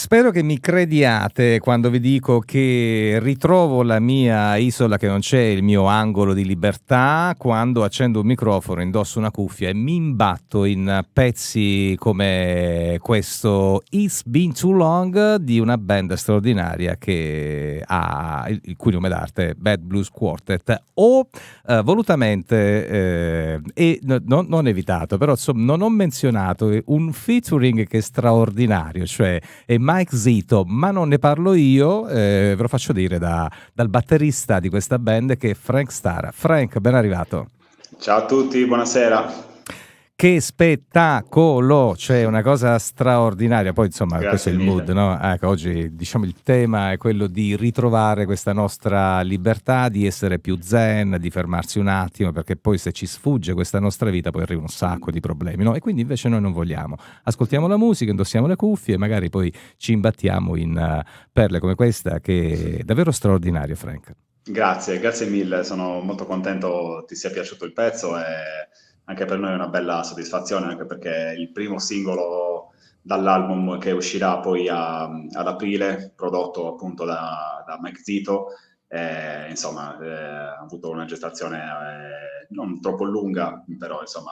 Spero che mi crediate quando vi dico che ritrovo la mia isola, che non c'è, il mio angolo di libertà, quando accendo un microfono, indosso una cuffia e mi imbatto in pezzi come questo It's Been Too Long di una band straordinaria che ha il cui nome d'arte è Bad Blues Quartet. Ho volutamente e non evitato, però insomma, non ho menzionato un featuring che è straordinario, cioè è Mike Zito, ma non ne parlo io, ve lo faccio dire dal batterista di questa band, che è Frank Stara. Frank, ben arrivato. Ciao a tutti, buonasera. Che spettacolo! Cioè una cosa straordinaria. Poi insomma questo è Grazie il mood, mille. no? Ecco, oggi diciamo il tema è quello di ritrovare questa nostra libertà, di essere più zen, di fermarsi un attimo, perché poi se ci sfugge questa nostra vita poi arriva un sacco di problemi, no? E quindi invece noi non vogliamo. Ascoltiamo la musica, indossiamo le cuffie e magari poi ci imbattiamo in perle come questa, che è davvero straordinaria, Frank. Grazie mille, sono molto contento ti sia piaciuto il pezzo e anche per noi è una bella soddisfazione, anche perché è il primo singolo dall'album che uscirà poi ad aprile, prodotto appunto da Mike Zito. Insomma, ha avuto una gestazione non troppo lunga, però insomma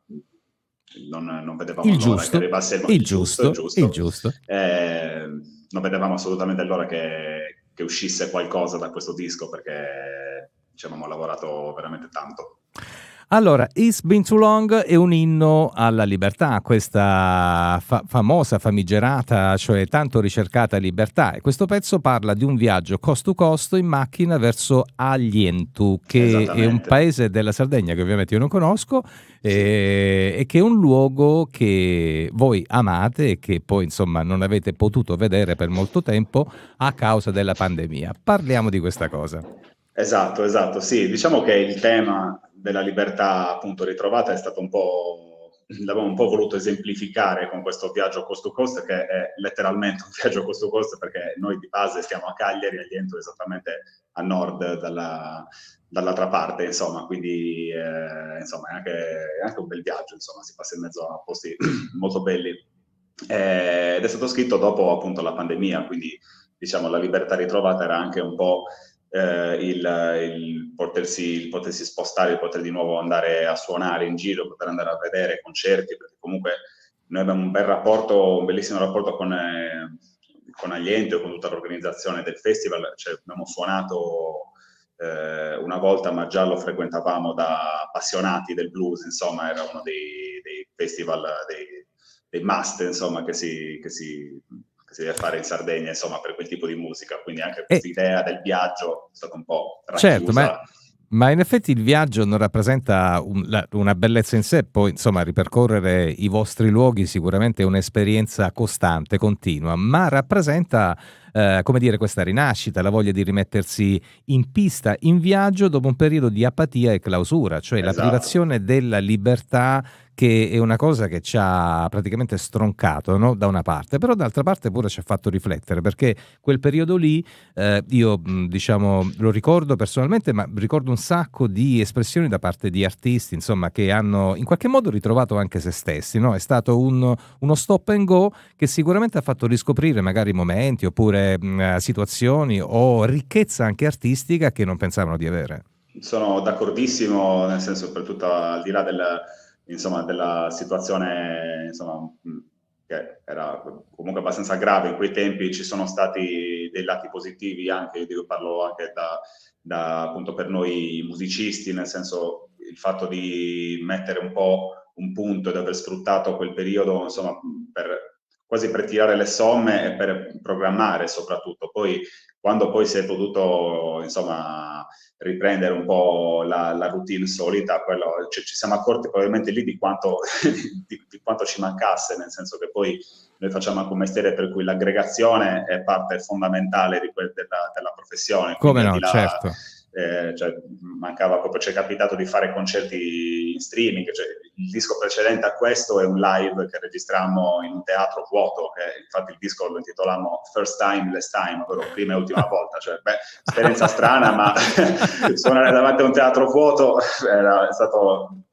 non vedevamo Il l'ora che giusto, arrivasse il il giusto, il giusto, il giusto. giusto. Non vedevamo assolutamente l'ora che uscisse qualcosa da questo disco, perché ci avevamo lavorato veramente tanto. Allora, It's Been Too Long è un inno alla libertà, questa famosa, famigerata, cioè tanto ricercata libertà. E questo pezzo parla di un viaggio cost to cost in macchina verso Aglientu, che è un Esattamente. paese della Sardegna che ovviamente io non conosco, Sì. e che è un luogo che voi amate e che poi insomma non avete potuto vedere per molto tempo a causa della pandemia. Parliamo di questa cosa. Esatto, sì. Diciamo che il tema della libertà appunto ritrovata è stato l'abbiamo un po' voluto esemplificare con questo viaggio coast to coast, che è letteralmente un viaggio coast to coast, perché noi di base stiamo a Cagliari e Rientro esattamente a nord dall'altra parte, insomma, quindi insomma è anche un bel viaggio, insomma, si passa in mezzo a posti molto belli. Ed è stato scritto dopo appunto la pandemia, quindi diciamo la libertà ritrovata era anche un po' il potersi spostare, il poter di nuovo andare a suonare in giro, poter andare a vedere concerti, perché comunque noi abbiamo un bellissimo rapporto con Agliento e con tutta l'organizzazione del festival. Cioè, abbiamo suonato una volta, ma già lo frequentavamo da appassionati del blues, insomma era uno dei festival, dei must, insomma, che si deve fare in Sardegna, insomma, per quel tipo di musica. Quindi anche questa idea del viaggio è stata un po' Certo, racchiusa. ma in effetti il viaggio non rappresenta una bellezza in sé, poi insomma ripercorrere i vostri luoghi sicuramente è un'esperienza costante, continua, ma rappresenta come dire questa rinascita, la voglia di rimettersi in pista, in viaggio dopo un periodo di apatia e clausura, cioè la Esatto. privazione della libertà, che è una cosa che ci ha praticamente stroncato, no? Da una parte, però d'altra parte pure ci ha fatto riflettere, perché quel periodo lì io diciamo lo ricordo personalmente, ma ricordo un sacco di espressioni da parte di artisti, insomma, che hanno in qualche modo ritrovato anche se stessi, no? È stato uno stop and go che sicuramente ha fatto riscoprire magari momenti oppure situazioni o ricchezza anche artistica che non pensavano di avere. Sono d'accordissimo, nel senso, soprattutto al di là insomma, della situazione, insomma, che era comunque abbastanza grave in quei tempi. Ci sono stati dei lati positivi anche, io parlo anche appunto per noi musicisti, nel senso il fatto di mettere un po' un punto ed aver sfruttato quel periodo, insomma, quasi per tirare le somme e per programmare soprattutto. Poi quando poi si è potuto, insomma, riprendere un po' la routine solita, ci siamo accorti probabilmente lì di quanto, di quanto ci mancasse, nel senso che poi noi facciamo anche un mestiere per cui l'aggregazione è parte fondamentale della professione, quindi Come al no, di là, certo. cioè, mancava proprio, ci è capitato di fare concerti in streaming. Cioè, il disco precedente a questo è un live che registrammo in un teatro vuoto, che infatti il disco lo intitolammo First Time, Last Time, ovvero prima e ultima volta. Cioè, esperienza strana, ma suonare davanti a un teatro vuoto è stato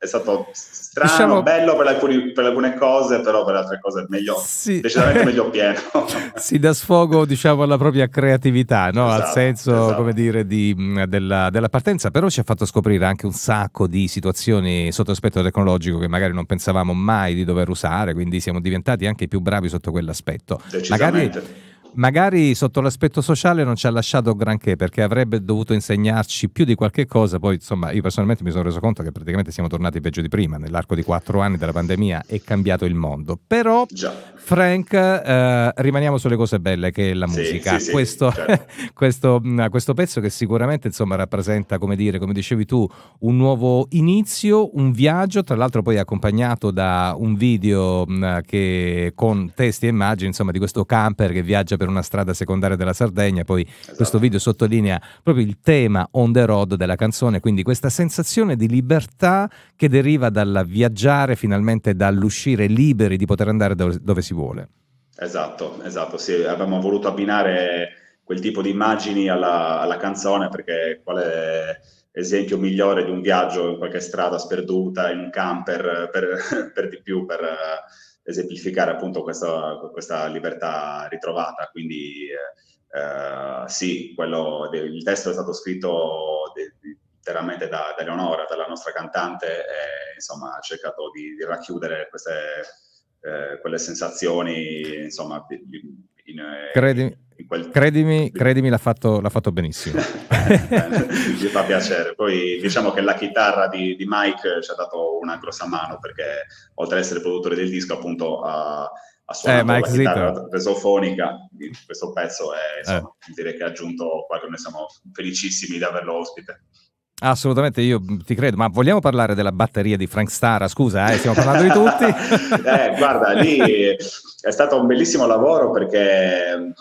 è stato strano, Diciamo, bello per alcune cose, però per altre cose meglio, sì, decisamente meglio pieno. si dà sfogo, diciamo, alla propria creatività, no? Al Esatto, senso, come esatto. dire, della partenza, però ci ha fatto scoprire anche un sacco di situazioni sotto aspetto tecnologico che magari non pensavamo mai di dover usare, quindi siamo diventati anche più bravi sotto quell'aspetto. Magari, Decisamente. magari sotto l'aspetto sociale non ci ha lasciato granché perché avrebbe dovuto insegnarci più di qualche cosa, poi insomma io personalmente mi sono reso conto che praticamente siamo tornati peggio di prima, nell'arco di 4 anni della pandemia è cambiato il mondo, però Già. Frank, rimaniamo sulle cose belle che è la Sì, sì, musica. sì, certo. Questo pezzo che sicuramente insomma rappresenta, come dire, come dicevi tu, un nuovo inizio, un viaggio, tra l'altro poi accompagnato da un video che con testi e immagini, insomma, di questo camper che viaggia per una strada secondaria della Sardegna. Poi questo Esatto. video sottolinea proprio il tema on the road della canzone, quindi questa sensazione di libertà che deriva dal viaggiare, finalmente dall'uscire liberi di poter andare dove si vuole. Esatto, esatto, sì, abbiamo voluto abbinare quel tipo di immagini alla canzone perché quale esempio migliore di un viaggio in qualche strada sperduta, in un camper, per di più, per esemplificare appunto questa libertà ritrovata. Quindi sì, il testo è stato scritto interamente da Eleonora, dalla nostra cantante, e insomma ha cercato di racchiudere quelle sensazioni, insomma, Credimi, in quel... credimi, l'ha fatto benissimo. Bene, bene, mi fa piacere. Poi diciamo che la chitarra di Mike ci ha dato una grossa mano perché oltre ad essere produttore del disco, appunto, ha suonato la Mike chitarra Zito. resofonica di questo pezzo e Eh. insomma direi che ha aggiunto qualcosa, noi siamo felicissimi di averlo ospite. Assolutamente, io ti credo, ma vogliamo parlare della batteria di Frank Stara? Scusa, stiamo parlando di tutti. Guarda, lì è stato un bellissimo lavoro perché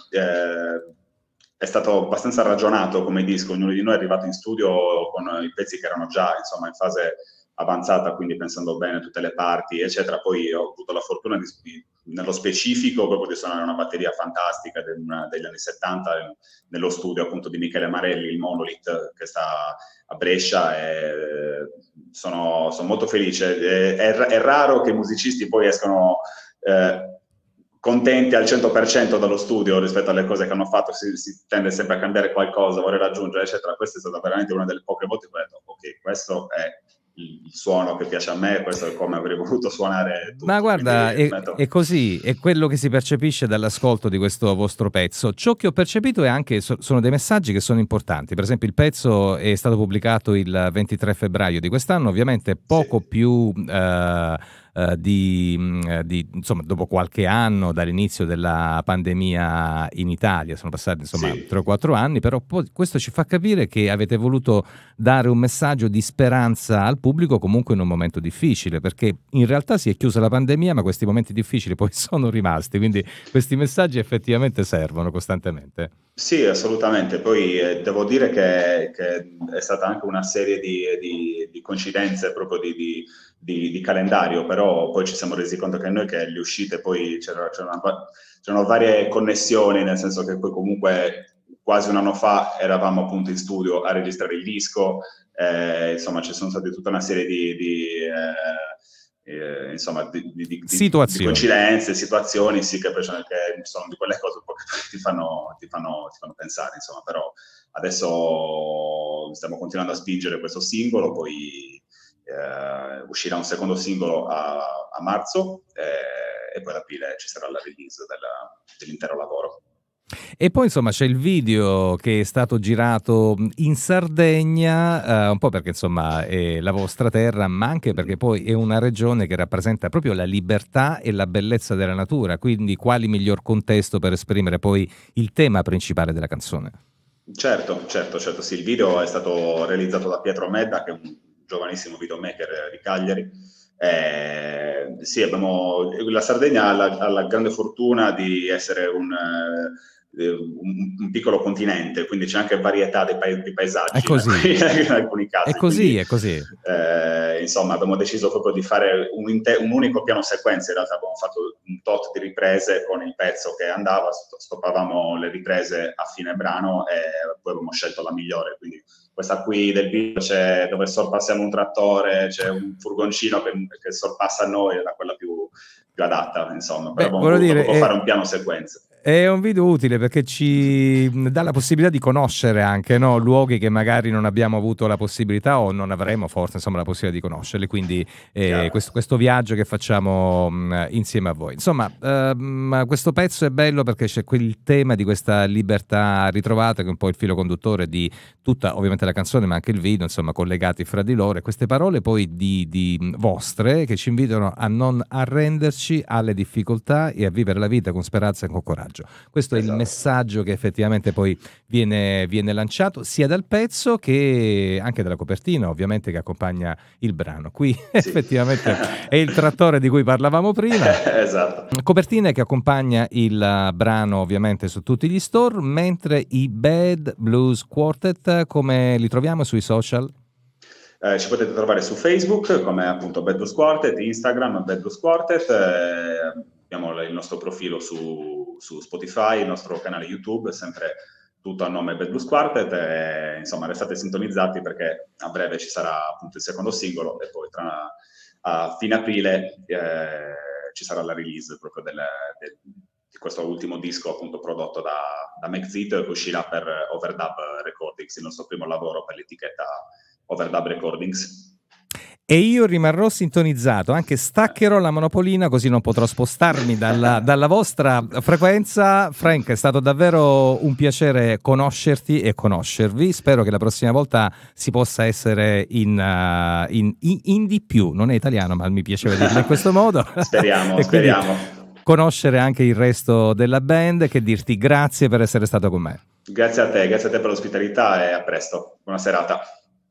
è stato abbastanza ragionato come disco, ognuno di noi è arrivato in studio con i pezzi che erano già insomma in fase avanzata, quindi pensando bene a tutte le parti, eccetera. Poi ho avuto la fortuna nello specifico proprio di suonare una batteria fantastica degli anni 70 nello studio appunto di Michele Marelli, il Monolith, che sta a Brescia, e sono molto felice. È raro che i musicisti poi escono contenti al 100% dallo studio rispetto alle cose che hanno fatto, si tende sempre a cambiare qualcosa, vorrei raggiungere, eccetera. Questa è stata veramente una delle poche volte in cui ho detto, ok, questo è il suono che piace a me, questo è come avrei voluto suonare Ma tutto. Quindi guarda, è così, è quello che si percepisce dall'ascolto di questo vostro pezzo. Ciò che ho percepito è anche, sono dei messaggi che sono importanti. Per esempio, il pezzo è stato pubblicato il 23 febbraio di quest'anno, ovviamente poco sì, più insomma, dopo qualche anno dall'inizio della pandemia in Italia. Sono passati insomma sì. 3 o 4 anni, però poi questo ci fa capire che avete voluto dare un messaggio di speranza al pubblico comunque in un momento difficile, perché in realtà si è chiusa la pandemia, ma questi momenti difficili poi sono rimasti, quindi questi messaggi effettivamente servono costantemente. Sì, assolutamente. Poi devo dire che è stata anche una serie di coincidenze proprio di calendario, però poi ci siamo resi conto che noi che le uscite poi c'erano varie connessioni, nel senso che poi comunque quasi un anno fa eravamo appunto in studio a registrare il disco, insomma ci sono state tutta una serie insomma, di Situazioni. coincidenze, situazioni, sì, che sono di quelle cose un po' che ti fanno pensare, insomma, però adesso stiamo continuando a spingere questo singolo, poi uscirà un secondo singolo a marzo e poi ad aprile ci sarà la release dell'intero lavoro. E poi insomma c'è il video che è stato girato in Sardegna, un po' perché insomma è la vostra terra, ma anche perché poi è una regione che rappresenta proprio la libertà e la bellezza della natura, quindi quali miglior contesto per esprimere poi il tema principale della canzone? Certo, certo, certo, sì, il video è stato realizzato da Pietro Medda, che è un giovanissimo videomaker di Cagliari. Sì, la Sardegna ha la grande fortuna di essere un piccolo continente, quindi c'è anche varietà di paesaggi È così. in alcuni casi. È così, quindi, è così. Insomma, abbiamo deciso proprio di fare un unico piano sequenza. In realtà abbiamo fatto un tot di riprese con il pezzo che andava, stoppavamo le riprese a fine brano e poi abbiamo scelto la migliore. Quindi questa qui del video c'è dove sorpassiamo un trattore, c'è un furgoncino che sorpassa a noi, era quella più adatta, insomma. Però abbiamo voluto proprio fare un piano sequenza. È un video utile perché ci dà la possibilità di conoscere anche, no, luoghi che magari non abbiamo avuto la possibilità o non avremo forse, insomma, la possibilità di conoscerli, quindi questo viaggio che facciamo insieme a voi. Insomma, questo pezzo è bello perché c'è quel tema di questa libertà ritrovata che è un po' il filo conduttore di tutta ovviamente la canzone ma anche il video, insomma, collegati fra di loro, e queste parole poi di vostre che ci invitano a non arrenderci alle difficoltà e a vivere la vita con speranza e con coraggio. Questo è il messaggio che effettivamente poi viene lanciato sia dal pezzo che anche dalla copertina, ovviamente, che accompagna il brano. Qui effettivamente è il trattore di cui parlavamo prima. Esatto. Copertina che accompagna il brano ovviamente su tutti gli store, mentre i Bad Blues Quartet come li troviamo sui social? Ci potete trovare su Facebook come appunto Bad Blues Quartet, Instagram Bad Blues Quartet, abbiamo il nostro profilo su Spotify, il nostro canale YouTube, sempre tutto a nome Bad Blues Quartet, e, insomma, restate sintonizzati perché a breve ci sarà appunto il secondo singolo e poi a fine aprile ci sarà la release proprio di questo ultimo disco appunto prodotto da Mexit, che uscirà per Overdub Recordings, il nostro primo lavoro per l'etichetta Overdub Recordings. E io rimarrò sintonizzato, anche staccherò la monopolina così non potrò spostarmi dalla vostra frequenza. Frank, è stato davvero un piacere conoscerti e conoscervi. Spero che la prossima volta si possa essere in di più. Non è italiano, ma mi piaceva dirlo in questo modo. Speriamo. Conoscere anche il resto della band, che dirti grazie per essere stato con me. Grazie a te per l'ospitalità e a presto. Buona serata.